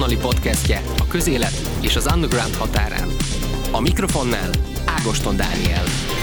azonnali podcastje a közélet és az underground határán. A mikrofonnál Ágoston Dániel.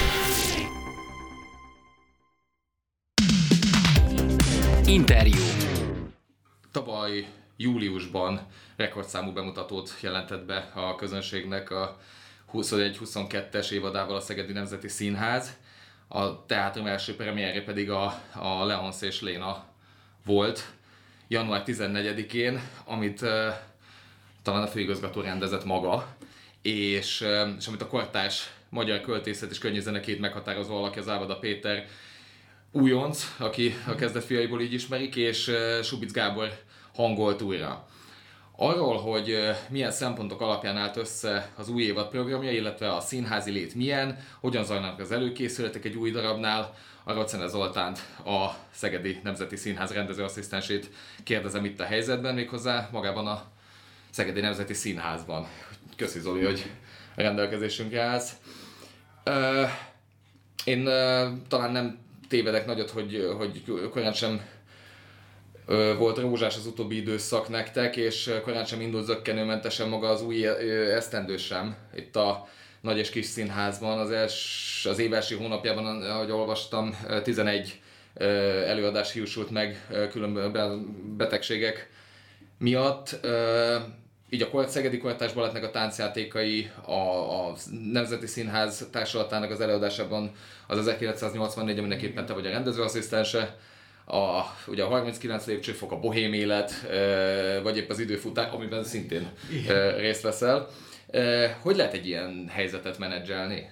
Interjú. Tavaly júliusban rekordszámú bemutatót jelentett be a közönségnek a 21-22-es évadával a Szegedi Nemzeti Színház. A teátrum első premierje pedig a Leonsz és Léna volt január 14-én, amit talán a főigazgató rendezett maga, és amit a kortárs magyar költészet és könnyűzene két meghatározó alakja, Závada Péter újonc, aki a kezdetfiaiból így ismerik, és Subic Gábor hangolt újra. Arról, hogy milyen szempontok alapján állt össze az új évad programja, illetve a színházi lét milyen, hogyan zajlanak az előkészületek egy új darabnál, arról Czene Zoltánt, a Szegedi Nemzeti Színház rendezőasszisztensét kérdezem itt a helyzetben, méghozzá magában a Szegedi Nemzeti Színházban. Köszi Zoli, hogy a rendelkezésünkre állsz. Én talán nem tévedek nagyot, hogy korán sem volt rózsás az utóbbi időszak nektek, és korán sem indult zökkenőmentesen maga az új esztendő sem. Itt a Nagy és Kis Színházban az év első hónapjában, ahogy olvastam, 11 előadás hiúsult meg különböző betegségek miatt. Így a Szegedi Kortárs Balettnek a táncjátékai, a Nemzeti Színház társulatának az előadásában az 1984, aminek éppen te vagy a rendezőasszisztense, ugye a 39 lépcsőfok, a Bohém élet, vagy épp az Időfutár, amiben szintén részt veszel. Hogy lehet egy ilyen helyzetet menedzselni?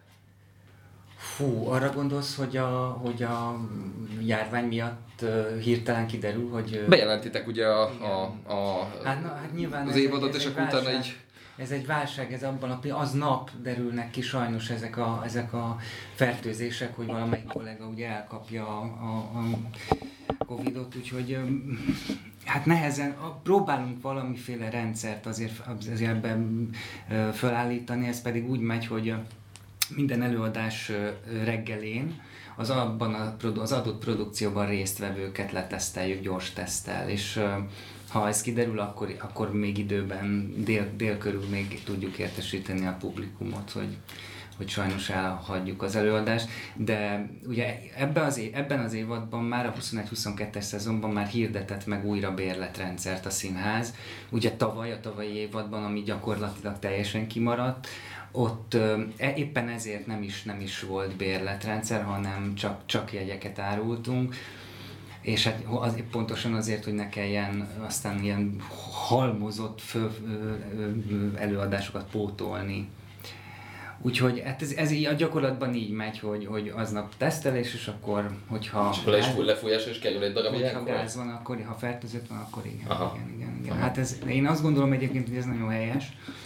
Arra gondolsz, hogy a járvány miatt hirtelen kiderül, hogy... Bejelentitek ugye Hát nyilván az évadot, és akkor utána így... Ez egy válság, ez abban aznap derülnek ki sajnos ezek a fertőzések, hogy valamelyik kollega ugye elkapja a Covidot, úgyhogy hát nehezen próbálunk valamiféle rendszert azért ebben felállítani, ez pedig úgy megy, hogy minden előadás reggelén az adott produkcióban résztvevőket leteszteljük gyors teszttel, és ha ez kiderül, akkor még időben dél körül még tudjuk értesíteni a publikumot, hogy sajnos elhagyjuk az előadást, de ugye ebben az évadban már a 21-22-es szezonban már hirdetett meg újra bérletrendszert a színház. Ugye a tavalyi évadban, ami gyakorlatilag teljesen kimaradt, ott éppen ezért nem is volt bérletrendszer, hanem csak jegyeket árultunk, és hát pontosan azért, hogy ne kelljen aztán ilyen halmozott előadásokat pótolni. Hogyha ez így a gyakorlatban így megy, hogy aznap tesztelés, és akkor, hogyha... És akkor lefújás, és kerül egy darab ilyenkor? Ha gáz van, akkor, ha fertőzött van, akkor igen. Hát én azt gondolom egyébként, hogy ez nagyon helyes.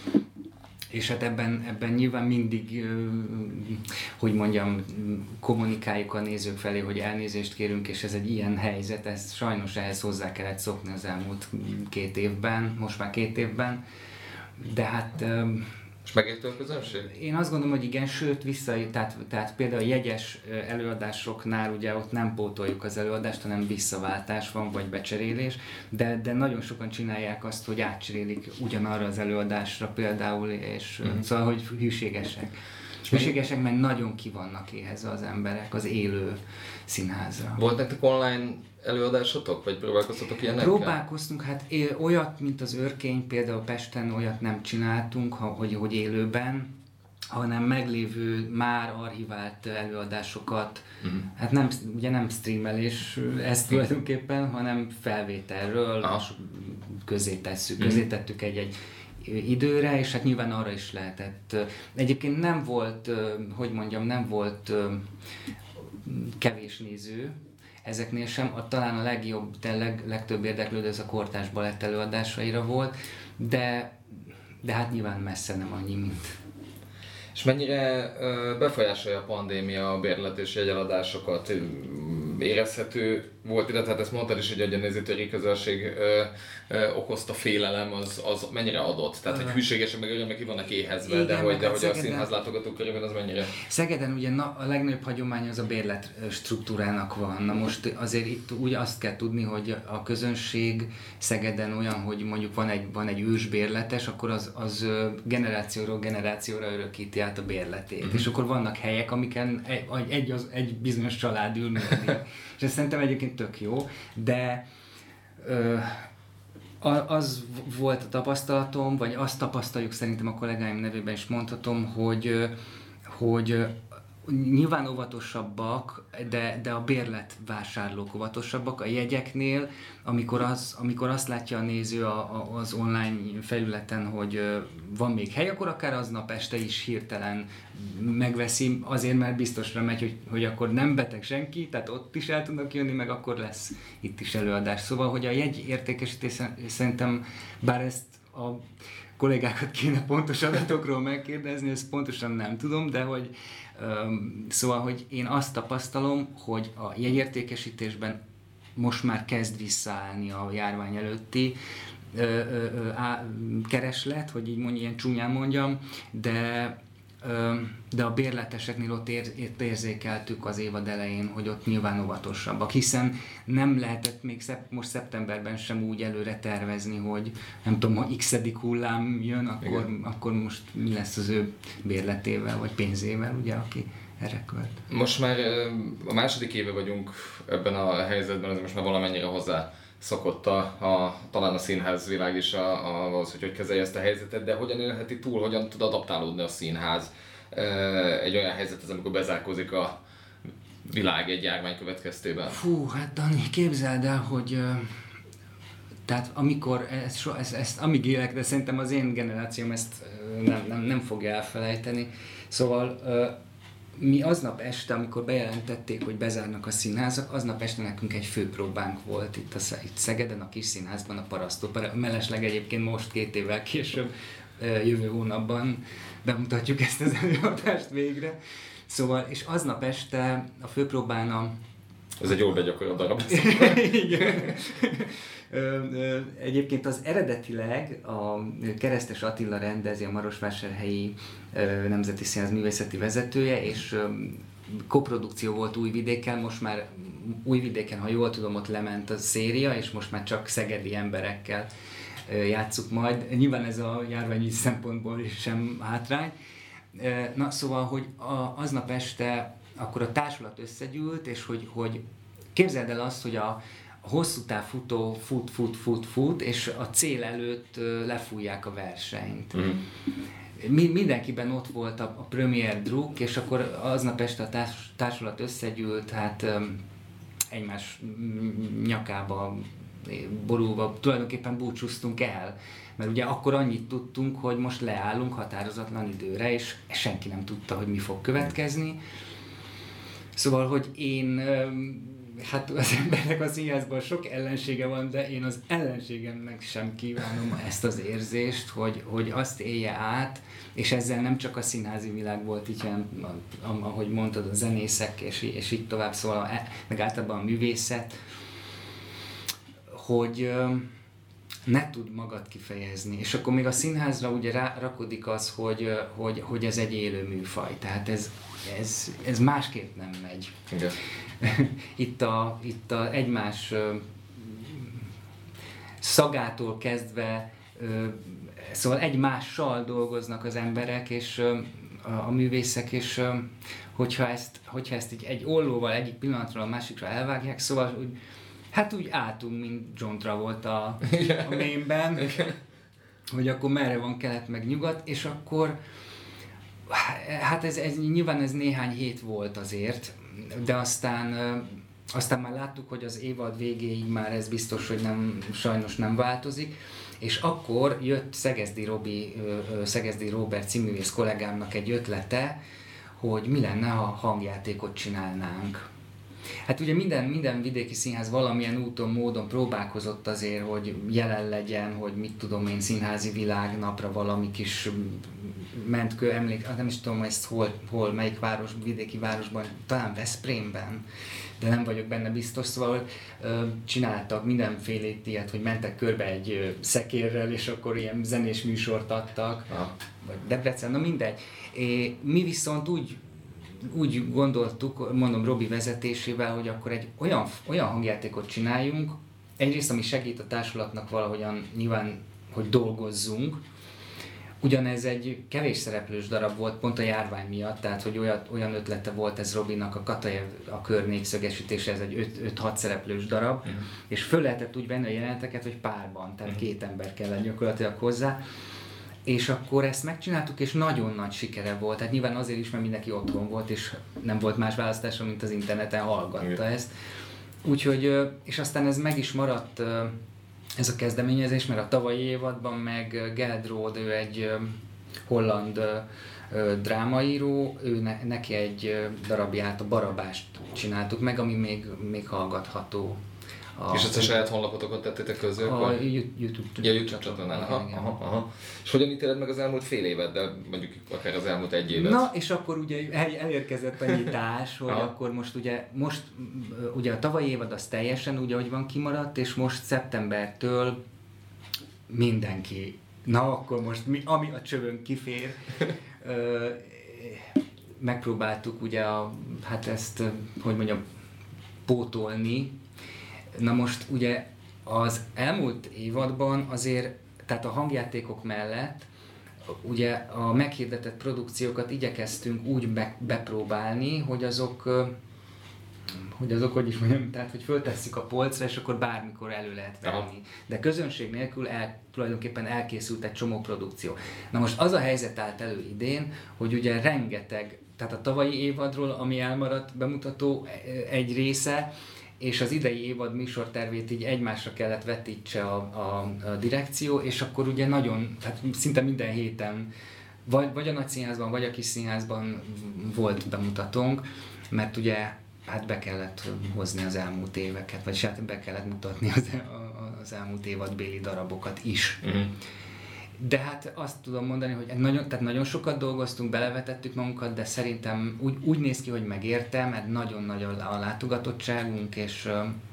És hát ebben nyilván mindig, hogy mondjam, kommunikáljuk a nézők felé, hogy elnézést kérünk, és ez egy ilyen helyzet, sajnos ehhez hozzá kellett szokni az elmúlt 2 évben, most már 2 évben, de hát... És megértő a közönség? Én azt gondolom, hogy igen, sőt tehát például a jegyes előadásoknál ugye ott nem pótoljuk az előadást, hanem visszaváltás van, vagy becserélés, de nagyon sokan csinálják azt, hogy átcserélik ugyanarra az előadásra például, és szóval, hogy hűségesek. Hűségesek, mert nagyon ki vannak éhezve az emberek az élő színházra. Volt nektek online előadásotok, vagy próbálkoztatok ilyenekkel? Próbálkoztunk, hát olyat, mint az Őrkény, például Pesten olyat nem csináltunk, hogy élőben, hanem meglévő, már archivált előadásokat, hát nem streamelés ez tulajdonképpen, hanem felvételről, közé tettük egy időre, és hát nyilván arra is lehetett. Egyébként nem volt kevés néző ezeknél sem, talán a legjobb, legtöbb érdeklődő az a Kortárs Balett előadásaira volt, de hát nyilván messze nem annyi, mint... És mennyire befolyásolja a pandémia a bérlet és jegyeladásokat? érezhető volt, illetve hát ezt mondtad is, hogy a nézőtéri közönség okozta félelem, az mennyire adott? Tehát, hogy hűségesen meg örömmel ki vannak éhezve, igen, de hogy a Szegeden, színház látogatók körében az mennyire? Szegeden ugye a legnagyobb hagyomány az a bérlet struktúrának van. Na most azért itt úgy azt kell tudni, hogy a közönség Szegeden olyan, hogy mondjuk van egy ősbérletes, akkor az generációról generációra örökíti át a bérletét. És akkor vannak helyek, amiken egy bizonyos család ül mindig. És ez szerintem egyébként tök jó, de az volt a tapasztalatom, vagy azt tapasztaljuk szerintem a kollégáim nevében is mondhatom, hogy nyilván óvatosabbak, de a bérletvásárlók óvatosabbak a jegyeknél, amikor azt látja a néző az online felületen, hogy van még hely, akkor akár aznap este is hirtelen megveszi, azért mert biztosra megy, hogy akkor nem beteg senki, tehát ott is el tudnak jönni, meg akkor lesz itt is előadás. Szóval, hogy a jegyértékesítés szerintem, bár ezt a kollégákat kéne pontos adatokról megkérdezni, ezt pontosan nem tudom, de hogy szóval, hogy én azt tapasztalom, hogy a jegyértékesítésben most már kezd visszaállni a járvány előtti kereslet, hogy így ilyen csúnyán mondjam, de a bérleteseknél ott érzékeltük az évad elején, hogy ott nyilván óvatosabbak, hiszen nem lehetett még most szeptemberben sem úgy előre tervezni, hogy nem tudom, ha x-edik hullám jön, akkor most mi lesz az ő bérletével, vagy pénzével, ugye, aki erre költ. Most már a második éve vagyunk ebben a helyzetben, ez most már valamennyire hozzá szokott talán a színház világ is ahhoz, hogy kezelje ezt a helyzetet, de hogyan élheti túl, hogyan tud adaptálódni a színház egy olyan helyzethez, amikor bezárkózik a világ egy járvány következtében? Fú, hát Dani, képzeld el, hogy tehát amikor ezt amíg élek, de szerintem az én generációm ezt nem fogja elfelejteni. Szóval mi aznap este, amikor bejelentették, hogy bezárnak a színházak, aznap este nekünk egy főpróbánk volt itt Szegeden, a kis színházban, a Parasztopera. Mellesleg egyébként most 2 évvel később, jövő hónapban bemutatjuk ezt az előadást végre. Szóval, és aznap este a főpróbán Ez egy jól begyakorlott darab. Igen. Egyébként az eredetileg a Keresztes Attila rendezi, a Marosvásárhelyi Nemzeti Színház művészeti vezetője, és koprodukció volt Újvidéken, most már Újvidéken, ha jól tudom, ott lement a széria, és most már csak szegedi emberekkel játsszuk majd. Nyilván ez a járványi szempontból is sem hátrány. Na szóval, hogy aznap este akkor a társulat összegyűlt, és hogy képzeld el azt, hogy a hosszú távfutó fut, és a cél előtt lefújják a versenyt. Mm. Mindenkiben ott volt a premier druk, és akkor aznap este a társulat összegyűlt, hát egymás nyakába borulva tulajdonképpen búcsúztunk el. Mert ugye akkor annyit tudtunk, hogy most leállunk határozatlan időre, és senki nem tudta, hogy mi fog következni. Szóval, hogy én, hát az embernek a színházban sok ellensége van, de én az ellenségemnek sem kívánom ezt az érzést, hogy azt élje át, és ezzel nem csak a színházi világ volt így, ahogy mondtad, a zenészek, és így tovább, szóval meg általában a művészet, hogy ne tud magad kifejezni. És akkor még a színházra ugye rakodik az, hogy ez egy élő műfaj, tehát ez másképp nem megy. Igen. Itt a egymás szagától kezdve, szóval egymással dolgoznak az emberek, és a művészek, és hogyha ezt így egy ollóval egyik pillanatról a másikra elvágják, szóval úgy álltunk, mint John Travolta a meme-ben, hogy akkor merre van kelet meg nyugat, és akkor hát nyilván ez néhány hét volt azért, de aztán már láttuk, hogy az évad végéig már ez biztos, hogy sajnos nem változik, és akkor jött Szegezdi Róbert színművész kollégámnak egy ötlete, hogy mi lenne, ha hangjátékot csinálnánk. Hát ugye minden vidéki színház valamilyen úton, módon próbálkozott azért, hogy jelen legyen, hogy mit tudom én, színházi világnapra valami kis ment nem is tudom ezt hol, melyik város, vidéki városban, talán Veszprémben, de nem vagyok benne biztos, szóval csináltak mindenfélét ilyet, hogy mentek körbe egy szekérrel, és akkor ilyen zenés műsort adtak, vagy Debrecen, na mindegy. Mi viszont úgy gondoltuk, mondom Robi vezetésével, hogy akkor egy olyan hangjátékot csináljunk, egyrészt ami segít a társulatnak valahogyan nyilván, hogy dolgozzunk. Ugyanez egy kevés szereplős darab volt pont a járvány miatt, tehát hogy olyan ötlete volt ez Robinak, a Katajev, a kör négyszögesítése, ez egy 5-6 szereplős darab, és föl lehetett úgy venni a jeleneteket, hogy párban, tehát 2 ember kellett gyakorlatilag hozzá. És akkor ezt megcsináltuk, és nagyon nagy sikere volt. Tehát nyilván azért is, mert mindenki otthon volt, és nem volt más választása, mint az interneten hallgatta ezt. Úgyhogy, és aztán ez meg is maradt, ez a kezdeményezés, mert a tavalyi évadban meg Geldrode, ő egy holland drámaíró, neki egy darabját, a Barabást csináltuk meg, ami még hallgatható. És ezt a saját honlapotokon tettétek közé? A YouTube csatornán. Aha. És hogyan ítéled meg az elmúlt fél évet, de mondjuk akár az elmúlt 1 évet? Na, és akkor ugye elérkezett a nyitás, hogy akkor most ugye a tavalyi évad az teljesen úgy, ahogy van kimaradt, és most szeptembertől mindenki, na akkor most ami a csövön kifér, megpróbáltuk ugye hát ezt, hogy mondjam, pótolni. Na most ugye az elmúlt évadban azért, tehát a hangjátékok mellett ugye a meghirdetett produkciókat igyekeztünk úgy bepróbálni, hogy azok, hogy is mondjam, tehát hogy föltesszük a polcra, és akkor bármikor elő lehet venni. De közönség nélkül tulajdonképpen elkészült egy csomó produkció. Na most az a helyzet állt elő idén, hogy ugye rengeteg, tehát a tavalyi évadról, ami elmaradt bemutató egy része, és az idei évad műsortervét így egymásra kellett vetítse a direkció, és akkor ugye nagyon, tehát szinte minden héten vagy a nagy színházban, vagy a kis színházban volt bemutatónk, mert ugye hát be kellett hozni az elmúlt éveket, vagyis hát be kellett mutatni az elmúlt évadbéli darabokat is. De hát azt tudom mondani, hogy nagyon sokat dolgoztunk, belevetettük magunkat, de szerintem úgy néz ki, hogy megérte, mert nagyon nagy a látogatottságunk, és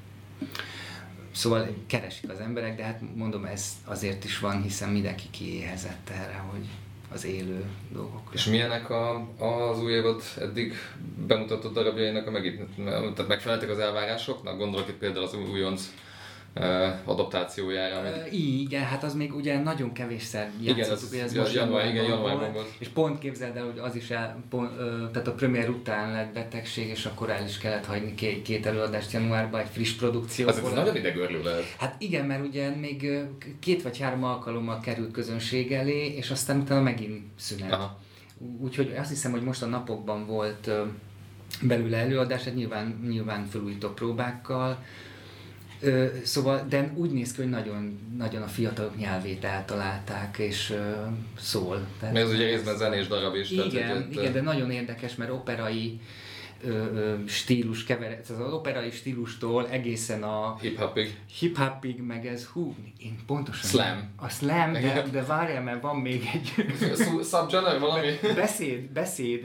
szóval keresik az emberek, de hát mondom, ez azért is van, hiszen mindenki kiéhezett erre, hogy az élő dolgok. És milyenek az új évad eddig bemutatott darabjainak tehát megfeleltek az elvárásoknak? Gondolok itt például az újonc adaptációjára. Igen, hát az még ugye nagyon kevésszer játszottuk, ez most januárban volt. És pont képzeld el, hogy az is tehát a premier után lett betegség, és akkor el is kellett hagyni 2 előadást januárban, egy friss produkcióból. Ez nagyon idegörlő lehet. Hát igen, mert ugye még 2 vagy 3 alkalommal került közönség elé, és aztán utána megint szünet. Úgyhogy azt hiszem, hogy most a napokban volt belőle előadás, hát nyilván felújító próbákkal. Szóval, de úgy néz ki, hogy nagyon, nagyon a fiatalok nyelvét eltalálták, és szól. Tehát, ez ugye részben zenés darab is. Igen, de nagyon érdekes, mert operai stílus kevered, az operai stílustól egészen a hip-hopig, meg ez, én pontosan... Slam. A slam, de várjál, mert van még egy... Subgenre valami? Beszéd,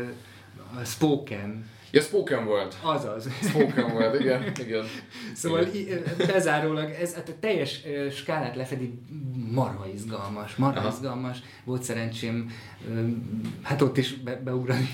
spoken. Ja, spoken word. Azaz. Spoken word, igen. Szóval bezárólag ez a teljes skálát lefedi, marha izgalmas. Volt szerencsém hát ott is beugrani.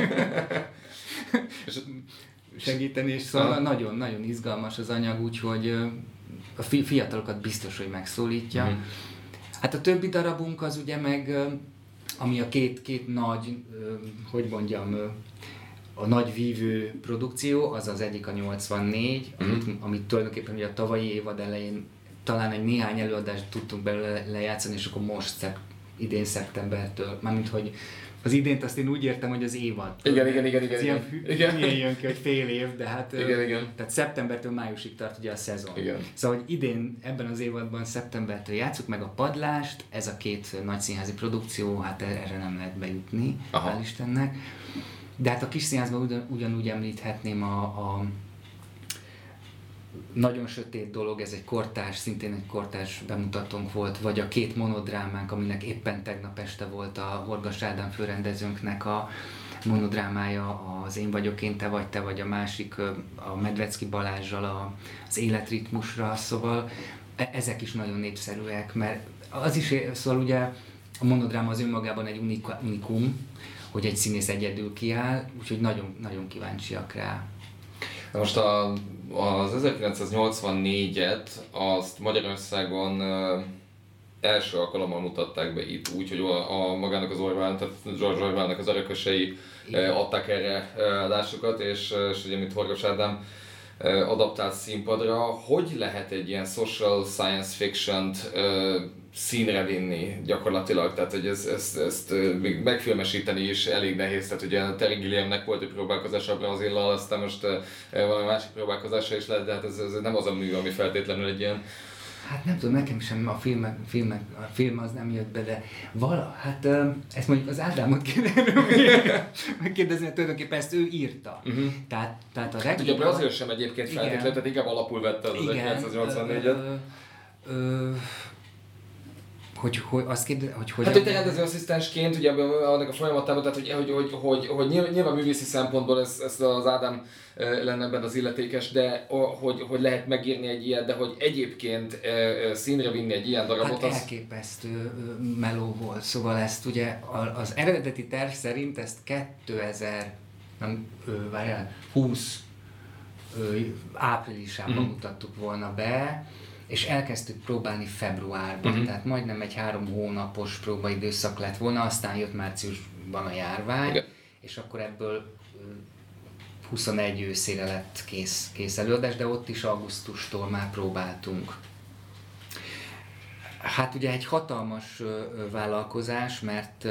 segíteni, és szóval nagyon-nagyon izgalmas az anyag, úgyhogy a fiatalokat biztos, hogy megszólítja. Hát a többi darabunk az ugye meg, ami a két nagy, hogy mondjam, a nagy vívő produkció, az az egyik a 84, amit tulajdonképpen ugye a tavalyi évad elején talán egy néhány előadást tudtunk belőle lejátszani, és akkor most idén szeptembertől, mármint hogy az idént azt én úgy értem, hogy az évad. Igen. Ilyen jön ki, hogy fél év, de hát igen. Tehát szeptembertől májusig tart ugye a szezon. Igen. Szóval, hogy idén ebben az évadban szeptembertől játsszuk meg a Padlást, ez a 2 nagy színházi produkció, hát erre nem lehet bejutni, hál' Istennek. De hát a kis színházban ugyanúgy említhetném a nagyon sötét dolog, ez egy kortárs, szintén egy kortárs bemutatónk volt, vagy a 2 monodrámánk, aminek éppen tegnap este volt a Horgas Ádám főrendezőnknek a monodrámája, az Én vagyok én, te vagy a másik, a Medvecki Balázsral az életritmusra, szóval ezek is nagyon népszerűek, mert az is, szóval ugye a monodráma az önmagában egy unikum, hogy egy színész egyedül kiáll, úgyhogy nagyon, nagyon kíváncsiak rá. Most az 1984-et azt Magyarországon első alkalommal mutatták be itt úgy, hogy magának az Orwell, tehát George Orwellnek az örökösei adták erre adásokat, és ugye mint Horgas Ádám adaptált színpadra, hogy lehet egy ilyen social science fiction-t színre vinni gyakorlatilag, tehát hogy ezt még megfilmesíteni is elég nehéz, tehát ugye Terry Gilliamnek volt egy próbálkozása a Brazillal, aztán most valami másik próbálkozása is lehet, de hát ez nem az a mű, ami feltétlenül egy ilyen... Hát nem tudom, nekem sem a film az nem jött be, de hát ezt mondjuk az Ádámot kéne megkérdezni, mert tulajdonképpen ezt ő írta. Uh-huh. Tehát a regény... Ugye a Brazil sem egyébként feltétlenül, tehát inkább alapul vette az 1984-et. Hogy azt kérdez, hogy hát, hogy te rendezőasszisztensként, ugye annak a folyamatában, tehát hogy nyilván művészi szempontból ez az Ádám lenne ebben az illetékes, de hogy lehet megírni egy ilyet, de hogy egyébként színre vinni egy ilyen darabot, hát elképesztő meló volt, szóval ezt ugye az eredeti terv szerint ezt 2020 áprilisában mutattuk volna be, és elkezdtük próbálni februárban, tehát majdnem egy 3 hónapos próbaidőszak lett volna, aztán jött márciusban a járvány, és akkor ebből 21 őszére lett kész előadás, de ott is augusztustól már próbáltunk. Hát ugye egy hatalmas vállalkozás, mert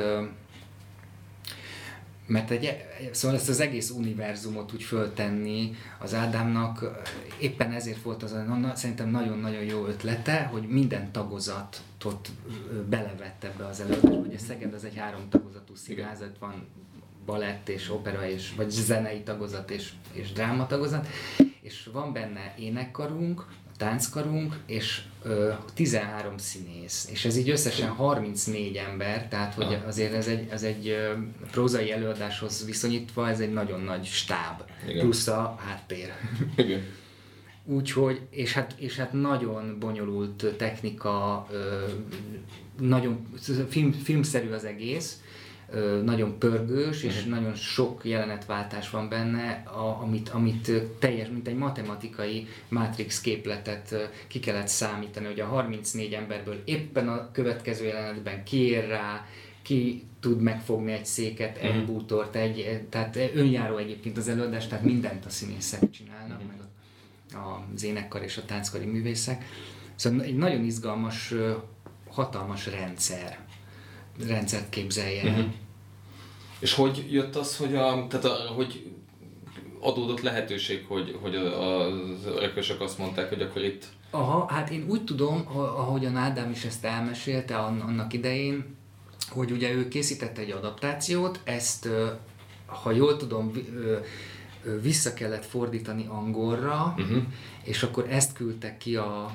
szóval ezt az egész univerzumot úgy föltenni az Ádámnak, éppen ezért volt az szerintem nagyon-nagyon jó ötlete, hogy minden tagozatot belevett ebbe az előadásba. Ugye Szeged az egy 3 tagozatú színház, van balett és opera, vagy zenei tagozat és dráma tagozat, és van benne énekkarunk, tánckarunk és 13 színész, és ez így összesen 34 ember, tehát hogy azért ez egy prózai előadáshoz viszonyítva ez egy nagyon nagy stáb, plusz a háttér. Igen. Úgyhogy, és hát nagyon bonyolult technika, nagyon filmszerű az egész, nagyon pörgős, és nagyon sok jelenetváltás van benne, amit teljes, mint egy matematikai mátrix képletet ki kellett számítani, hogy a 34 emberből éppen a következő jelenetben kiér rá, ki tud megfogni egy széket, egy bútort, tehát önjáró egyébként az előadás, tehát mindent a színészek csinálnak, meg az énekkar és a tánckari művészek. Szóval egy nagyon izgalmas, hatalmas rendszert képzelje el. És hogy jött az, hogy adódott lehetőség, hogy az örökösök azt mondták, hogy akkor itt... Hát én úgy tudom, ahogyan Ádám is ezt elmesélte annak idején, hogy ugye ő készítette egy adaptációt, ezt, ha jól tudom, vissza kellett fordítani angolra, és akkor ezt küldtek ki a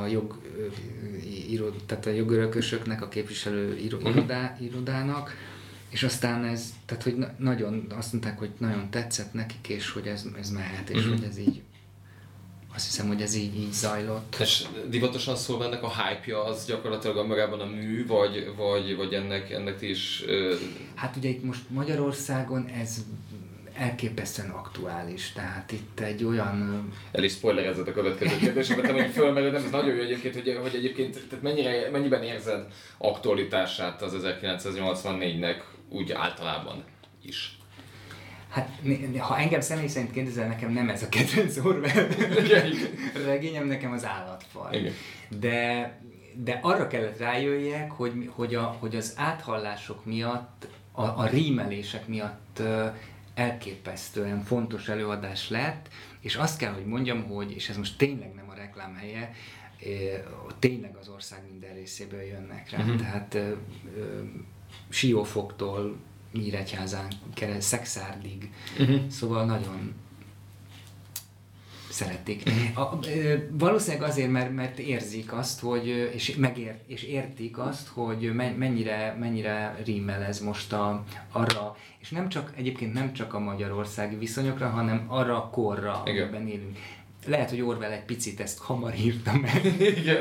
jogörökösöknek, a képviselő irodának, és aztán tehát hogy nagyon, azt mondták, hogy nagyon tetszett nekik, és hogy ez mehet, és hogy ez így, azt hiszem, hogy ez így zajlott. És divatosan szólva ennek a hype-ja az gyakorlatilag magában a mű, vagy ennek is... Hát ugye itt most Magyarországon ez elképesztően aktuális, tehát itt egy olyan... El is spoilerezzed a következő kérdésemet, hogy fölmerül, nem, ez nagyon jó egyébként, hogy egyébként tehát mennyiben érzed aktualitását az 1984-nek úgy általában is? Hát, ha engem személy szerint kérdezel, nekem nem ez a kedvenc Orwell regényem, nekem az Állatfaj. Igen. De arra kellett rájöjjek, hogy az áthallások miatt, a rímelések miatt elképesztően fontos előadás lett, és azt kell, hogy mondjam, hogy, és ez most tényleg nem a reklám helye, tényleg az ország minden részéből jönnek rá. Tehát Siófoktól Nyíregyházán Szekszárdig. Szóval nagyon szeretik. Valószínűleg azért, mert érzik azt, hogy, és értik azt, hogy mennyire rímel ez most arra, és egyébként nem csak a magyarországi viszonyokra, hanem arra a korra, amiben élünk. Lehet, hogy Orwell egy picit ezt hamar írta meg.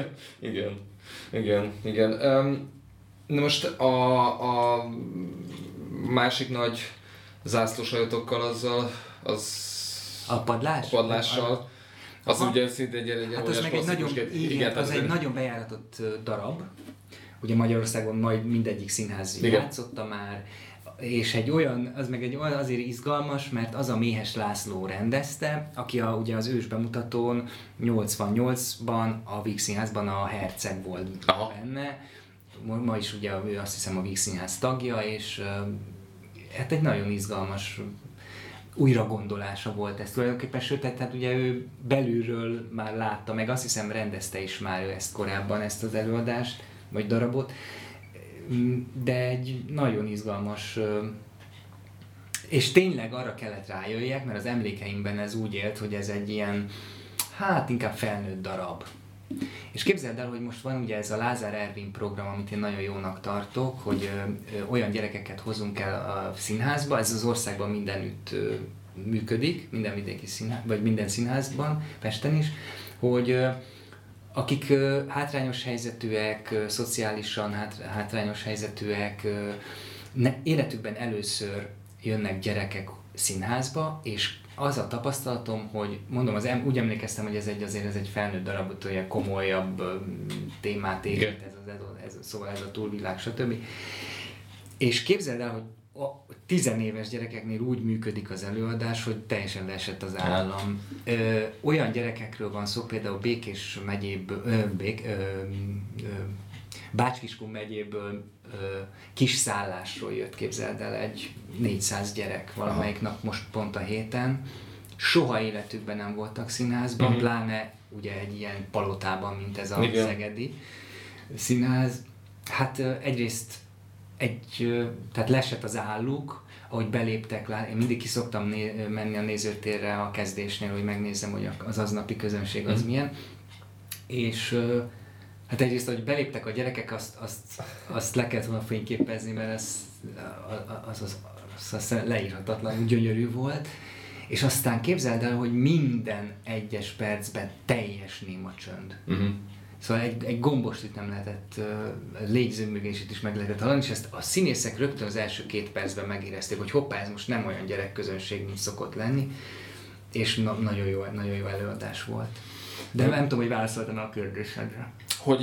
Igen. Na most a másik nagy zászlóshajtókkal A padlással. Az ugye szintén egy hát az meg egy nagyon, egy nagyon bejáratott darab. Ugye Magyarországon majd mindegyik színház játszotta már, és az azért izgalmas, mert az a Méhes László rendezte, aki ugye az ős bemutatón 88-ban a Víg Színházban a herceg volt benne. Ma is ugye ő azt hiszem a Víg Színház tagja, és hát egy nagyon izgalmas újragondolása volt ez tulajdonképpen, sőt, tehát ugye ő belülről már látta, meg azt hiszem rendezte is már ezt korábban, ezt az előadást, vagy darabot, de egy nagyon izgalmas, és tényleg arra kellett rájöjjek, mert az emlékeimben ez úgy élt, hogy ez egy ilyen, hát inkább felnőtt darab. És képzeld el, hogy most van ugye ez a Lázár Ervin program, amit én nagyon jónak tartok, hogy olyan gyerekeket hozunk el a színházba, ez az országban mindenütt működik, minden vidéki színház, vagy minden színházban, Pesten is, hogy akik hátrányos helyzetűek, szociálisan hátrányos helyzetűek, életükben először jönnek gyerekek színházba, és az a tapasztalatom, hogy mondom, úgy emlékeztem, hogy ez egy felnőtt darab, olyan komolyabb témát érint, szóval ez a túlvilág, stb. És képzeld el, hogy a 10 éves gyerekeknél úgy működik az előadás, hogy teljesen leesett az állam. Olyan gyerekekről van szó, például Békés megyéből, Bács-Kiskun megyéből kis szállásról jött, képzeld el, egy 400 gyerek valamelyik nap most pont a héten. Soha életükben nem voltak színházban, pláne ugye egy ilyen palotában, mint ez a szegedi színház. Hát egyrészt tehát leesett az álluk, ahogy beléptek, én mindig ki szoktam menni a nézőtérre a kezdésnél, hogy megnézzem, hogy az aznapi közönség az milyen. És hát egyrészt, hogy beléptek a gyerekek, azt le kellett volna fényképezni, mert az leírhatatlanul gyönyörű volt. És aztán képzeld el, hogy minden egyes percben teljes néma csönd. Szóval egy gombost nem lehetett, légzőművését is meg lehetett hallani, és ezt a színészek rögtön az első 2 percben megérezték, hogy hoppá, ez most nem olyan gyerekközönség, mint szokott lenni, és nagyon jó előadás volt. De nem tudom, hogy válaszoltam a kérdésedre.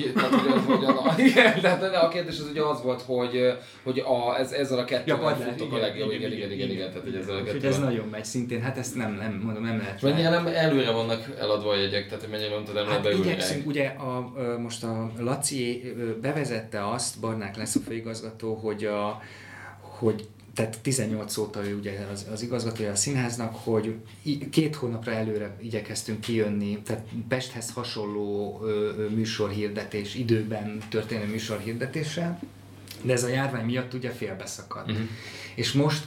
Tehát a kérdés az ugye az volt, hogy ezzel a kettővel futok a legjobb. Igen. Tehát, hogy ez nagyon megy szintén, hát ezt nem lehet. Mennyire nem előre vannak eladva a jegyek, tehát hogy mennyire mondtad, nem lehet beülni. Igyekszünk, ugye most a Laci bevezette azt, Barnák lesz a főigazgató, hogy tehát 18 óta ő ugye az igazgatója a színháznak, hogy 2 hónapra előre igyekeztünk kijönni, tehát Pesthez hasonló műsorhirdetés, időben történő műsorhirdetéssel, de ez a járvány miatt ugye félbeszakadt. És most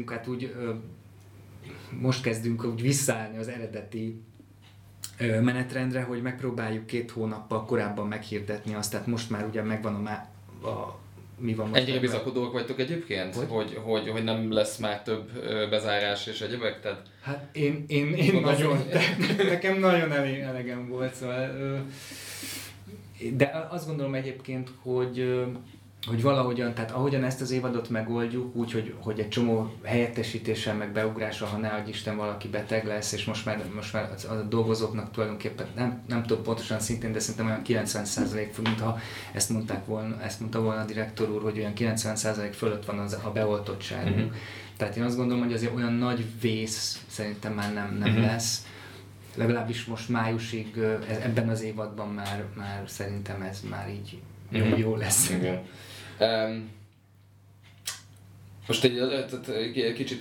kezdünk úgy visszaállni az eredeti menetrendre, hogy megpróbáljuk 2 hónappal korábban meghirdetni azt, tehát most már ugye megvan mi van most? Ennyire bizakodóak vagytok egyébként? Hogy nem lesz már több bezárás és egyébek? Tehát... Hát én nagyon, nekem nagyon elegem volt, szóval, de azt gondolom egyébként, hogy valahogyan, tehát ahogyan ezt az évadot megoldjuk, úgy, hogy egy csomó helyettesítéssel, meg beugrással, ha nehogy Isten valaki beteg lesz, és most már a dolgozóknak tulajdonképpen nem tudom pontosan szintén, de szerintem olyan 90%, mintha ezt mondta volna a direktor úr, hogy olyan 90% fölött van a beoltottságunk. Tehát én azt gondolom, hogy azért olyan nagy vész szerintem már nem lesz. Legalábbis most májusig, ebben az évadban már szerintem ez már így jó lesz. Igen. Most egy kicsit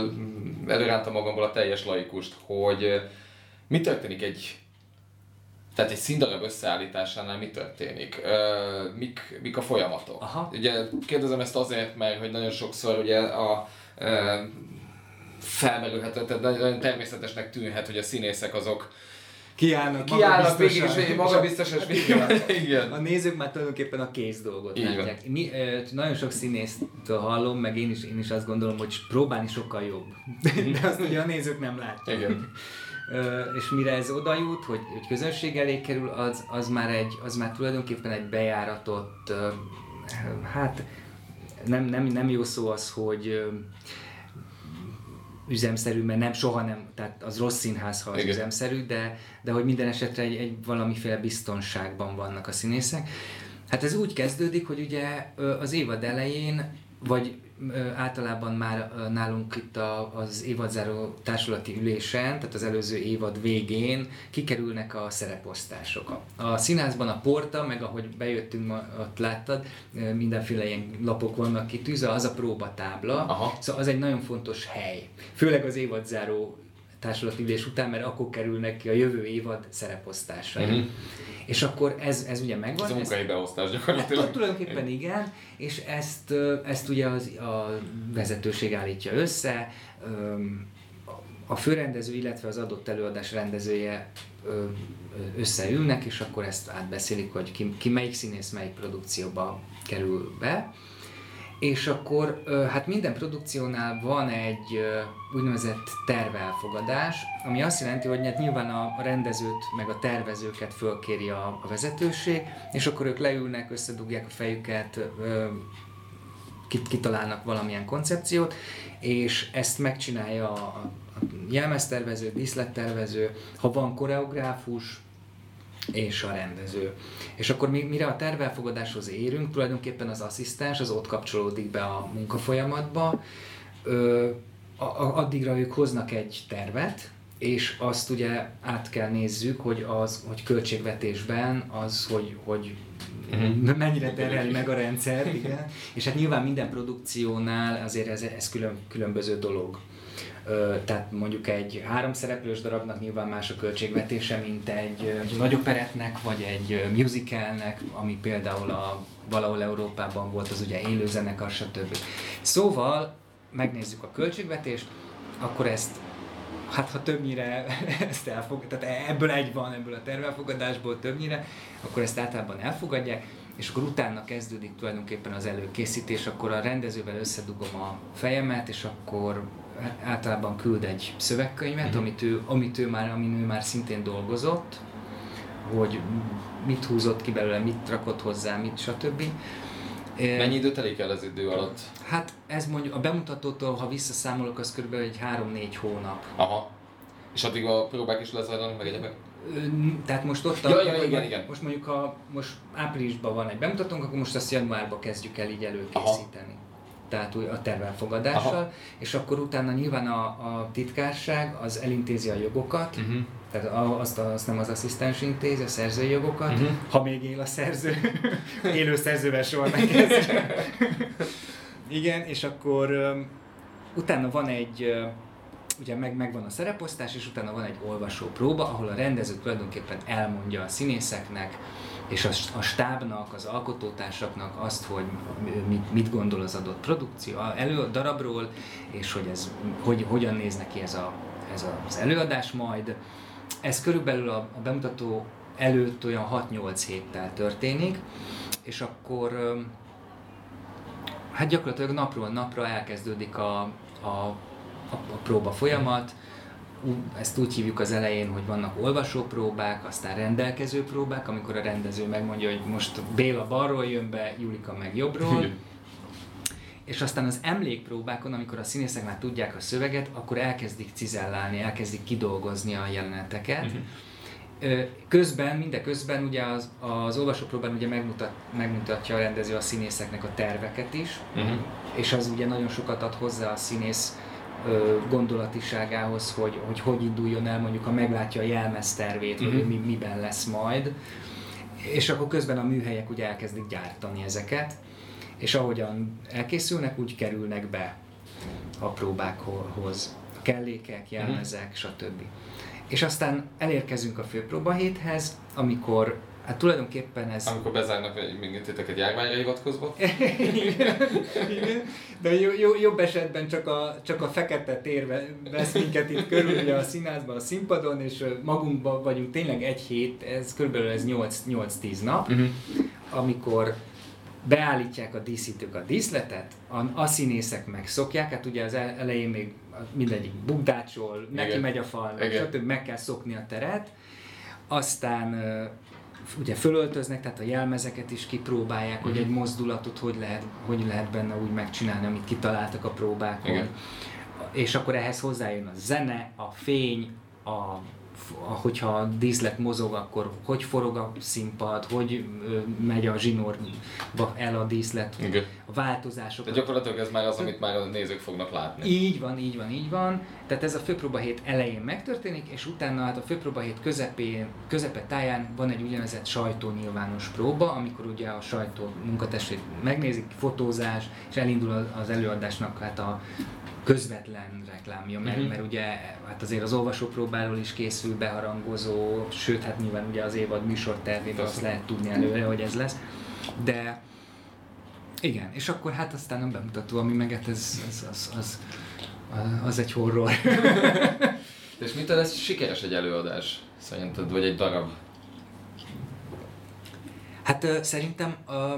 előrántam magamból a teljes laikust, hogy mi történik egy Tehát egy színdarab összeállításánál mi történik? Mik a folyamatok? Aha. Ugye kérdezem ezt azért, mert hogy nagyon sokszor ugye felmerülhet, tehát nagyon természetesnek tűnhet, hogy a színészek azok Kiállnak végig, és magabiztosan, igen. A nézők már tulajdonképpen a kész dolgot látják. Nagyon sok színésztől hallom, meg én is azt gondolom, hogy próbálni sokkal jobb. De azt ugye a nézők nem látják. Igen. És mire ez oda jut, hogy közönség elé kerül, az már tulajdonképpen egy bejáratott, hát nem jó szó az, hogy üzemszerű, mert soha nem, tehát az rossz színház, ha az igen. üzemszerű, de hogy minden esetre egy valamiféle biztonságban vannak a színészek. Hát ez úgy kezdődik, hogy ugye az évad elején, vagy általában már nálunk itt az évadzáró társulati ülésen, tehát az előző évad végén kikerülnek a szereposztások. A színházban a porta, meg ahogy bejöttünk, ott láttad, mindenféle ilyen lapok vannak kitűzve, az a próbatábla. Aha. Szóval az egy nagyon fontos hely. Főleg az évadzáró társulati ülés után, mert akkor kerülnek ki a jövő évad szereposztásai. Uh-huh. És akkor ez ugye megvan. Ez a munkai beosztás gyakorlatilag. Hát, tulajdonképpen igen, és ezt ugye a vezetőség állítja össze, a főrendező, illetve az adott előadás rendezője összeülnek, és akkor ezt átbeszélik, hogy ki melyik színész melyik produkcióba kerül be. És akkor hát minden produkciónál van egy úgynevezett tervelfogadás, ami azt jelenti, hogy hát nyilván a rendezőt meg a tervezőket fölkéri a vezetőség, és akkor ők leülnek, összedugják a fejüket, kitalálnak valamilyen koncepciót, és ezt megcsinálja a jelmeztervező, díszlettervező, ha van koreográfus, és a rendező. És akkor mire a tervelfogadáshoz érünk, tulajdonképpen az asszisztens az ott kapcsolódik be a munkafolyamatba, addigra ők hoznak egy tervet, és azt ugye át kell nézzük, hogy költségvetésben az, hogy mennyire terheli meg a rendszer, igen. És hát nyilván minden produkciónál azért ez különböző dolog. Tehát mondjuk egy 3 szereplős darabnak nyilván más a költségvetése, mint egy nagy operettnek, vagy egy musicalnek, ami például valahol Európában volt, az ugye élőzenekar, stb. Szóval megnézzük a költségvetést, akkor ezt, hát ha többnyire ezt tehát ebből egy van, ebből a tervelfogadásból többnyire, akkor ezt általában elfogadják, és akkor utána kezdődik tulajdonképpen az előkészítés, akkor a rendezővel összedugom a fejemet, és akkor általában küld egy szövegkönyvet, amin ő már szintén dolgozott, hogy mit húzott ki belőle, mit rakott hozzá, mit stb. Mennyi időt telik el az idő alatt? Hát ez mondjuk a bemutatótól, ha visszaszámolok, az kb. Egy 3-4 hónap. Aha. És addig a próbák is lezajlanak meg egyebek? Tehát most ott igen. Most mondjuk most áprilisban van egy bemutatónk, akkor most azt januárban kezdjük el így előkészíteni. Aha. Tehát a tervelfogadással, aha. És akkor utána nyilván a titkárság az elintézi a jogokat, tehát azt nem az asszisztens intézi, a szerzői jogokat, ha még él a szerző, élő szerzővel soha megkezdjük. Igen, és akkor utána van egy, ugye megvan a szereposztás, és utána van egy olvasópróba, ahol a rendező tulajdonképpen elmondja a színészeknek, és a stábnak, az alkotótársaknak azt, hogy mit gondol az adott produkció, darabról, és hogy hogyan néz neki ez az előadás majd. Ez körülbelül a bemutató előtt olyan 6-8 héttel történik, és akkor hát gyakorlatilag napról napra elkezdődik a próba folyamat. Ezt úgy hívjuk az elején, hogy vannak olvasópróbák, aztán rendelkező próbák, amikor a rendező megmondja, hogy most Béla balról jön be, Julika meg jobbról. És aztán az emlékpróbákon, amikor a színészek már tudják a szöveget, akkor elkezdik cizellálni, elkezdik kidolgozni a jeleneteket. Mindeközben ugye az olvasópróbán ugye megmutatja a rendező a színészeknek a terveket is, és az ugye nagyon sokat ad hozzá a színész gondolatiságához, hogy induljon el, mondjuk ha meglátja a jelmeztervét, hogy miben lesz majd. És akkor közben a műhelyek ugye elkezdik gyártani ezeket, és ahogyan elkészülnek, úgy kerülnek be a próbákhoz. A kellékek, jelmezek, stb. És aztán elérkezünk a főpróbahéthez, amikor hát tulajdonképpen ez... Amikor bezárnak még titeket járványra hivatkozva. Igen, de jobb esetben csak a fekete tér vesz minket itt körül ugye a színházban, a színpadon, és magunkban vagyunk tényleg egy hét, ez körülbelül ez 8-10 nap, amikor beállítják a díszítők a díszletet, a színészek megszokják, hát ugye az elején még mindegyik bukdácsol, neki megy a falnak, stb. Meg kell szokni a teret, aztán ugye fölöltöznek, tehát a jelmezeket is kipróbálják, hogy egy mozdulatot hogy lehet benne úgy megcsinálni, amit kitaláltak a próbákon. Igen. És akkor ehhez hozzájön a zene, a fény, hogyha a díszlet mozog, akkor hogy forog a színpad, hogy megy a zsinórba el a díszlet, igen. A változások. De gyakorlatilag ez már az, amit már a nézők fognak látni. Így van. Tehát ez a főpróbahét elején megtörténik, és utána hát a főpróbahét közepetáján van egy úgynevezett sajtónyilvános próba, amikor ugye a sajtó munkatestét megnézik, fotózás, és elindul az előadásnak hát a közvetlen reklámja, mert ugye hát azért az olvasópróbáról is készül beharangozó, sőt hát nyilván ugye az évad műsortervében azt lehet tudni előre, hogy ez lesz, de igen, és akkor hát aztán a bemutató, ami meg az egy horror. És mitől ez sikeres egy előadás szerinted, vagy egy darab? Hát szerintem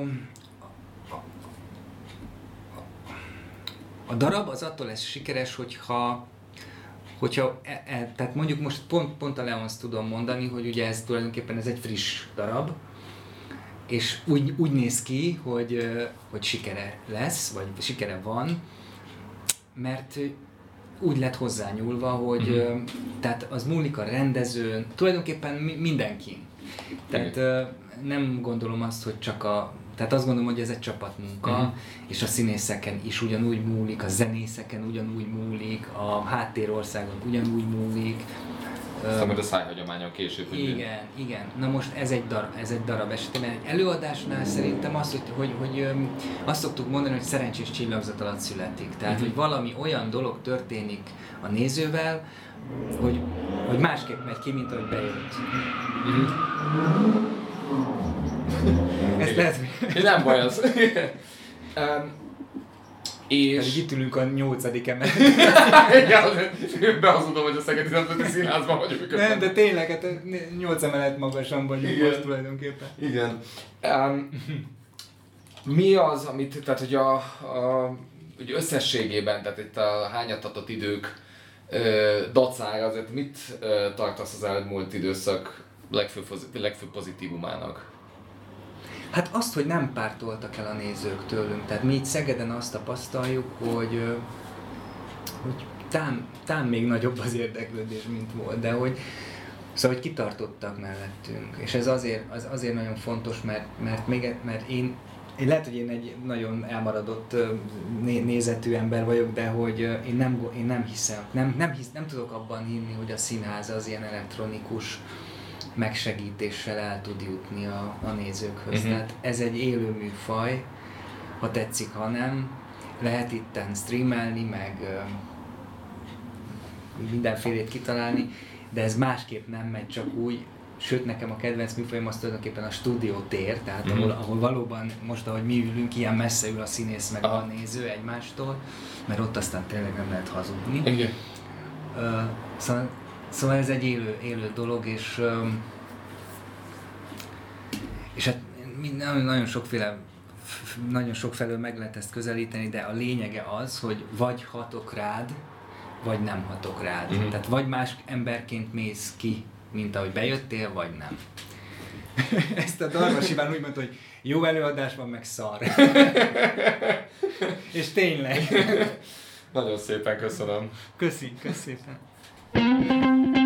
a darab az attól lesz sikeres, hogyha tehát mondjuk most pont a Leonst tudom mondani, hogy ugye ez tulajdonképpen ez egy friss darab, és úgy néz ki, hogy sikere lesz, vagy sikere van, mert úgy lett hozzányúlva, hogy tehát az múlik a rendezőn, tulajdonképpen mindenki. Tehát nem gondolom azt, hogy tehát azt gondolom, hogy ez egy csapatmunka, és a színészeken is ugyanúgy múlik, a zenészeken ugyanúgy múlik, a háttérországon ugyanúgy múlik. Aztán majd a szájhagyományon később. Igen. Na most ez egy darab esetében. Egy előadásnál szerintem hogy azt szoktuk mondani, hogy szerencsés csillagzat alatt születik. Tehát, hogy valami olyan dolog történik a nézővel, hogy másképp megy ki, mint ahogy bejött. Ez lehet, hogy... Nem baj az. És... Pedig itt ülünk a 8. emeleten. Behazudom, hogy a Szegedi Nemzeti Színházban vagyunk. Nem, de tényleg, hát 8 emelet magasan vagyunk most tulajdonképpen. Igen. Mi az, amit, tehát hogy hogy összességében, tehát itt a hányattatott idők dacára, azért mit tartasz az elmúlt időszak legfőbb pozitívumának? Hát azt, hogy nem pártoltak el a nézők tőlünk. Tehát mi itt Szegeden azt tapasztaljuk, hogy tám még nagyobb az érdeklődés, mint volt, de hogy kitartottak mellettünk. És ez azért nagyon fontos, mert én lehet, hogy én egy nagyon elmaradott nézetű ember vagyok, de hogy én nem hiszem, nem tudok abban hinni, hogy a színház az ilyen elektronikus megsegítéssel el tud jutni a nézőkhöz. Tehát ez egy élő műfaj, ha tetszik, ha nem. Lehet itten streamelni, meg mindenfélét kitalálni, de ez másképp nem megy csak úgy. Sőt, nekem a kedvenc műfajom az tulajdonképpen a stúdiótér, tehát ahol valóban most, ahogy mi ülünk, ilyen messze ül a színész meg a néző egymástól, mert ott aztán tényleg nem lehet hazudni. Igen. Szóval ez egy élő dolog, és hát nagyon sokfelől meg lehet ezt közelíteni, de a lényege az, hogy vagy hatok rád, vagy nem hatok rád. Tehát vagy más emberként mész ki, mint ahogy bejöttél, vagy nem. Ezt a Darvas Iván úgy mondta, hogy jó előadás van, meg szar. És tényleg. Nagyon szépen köszönöm. Köszi szépen.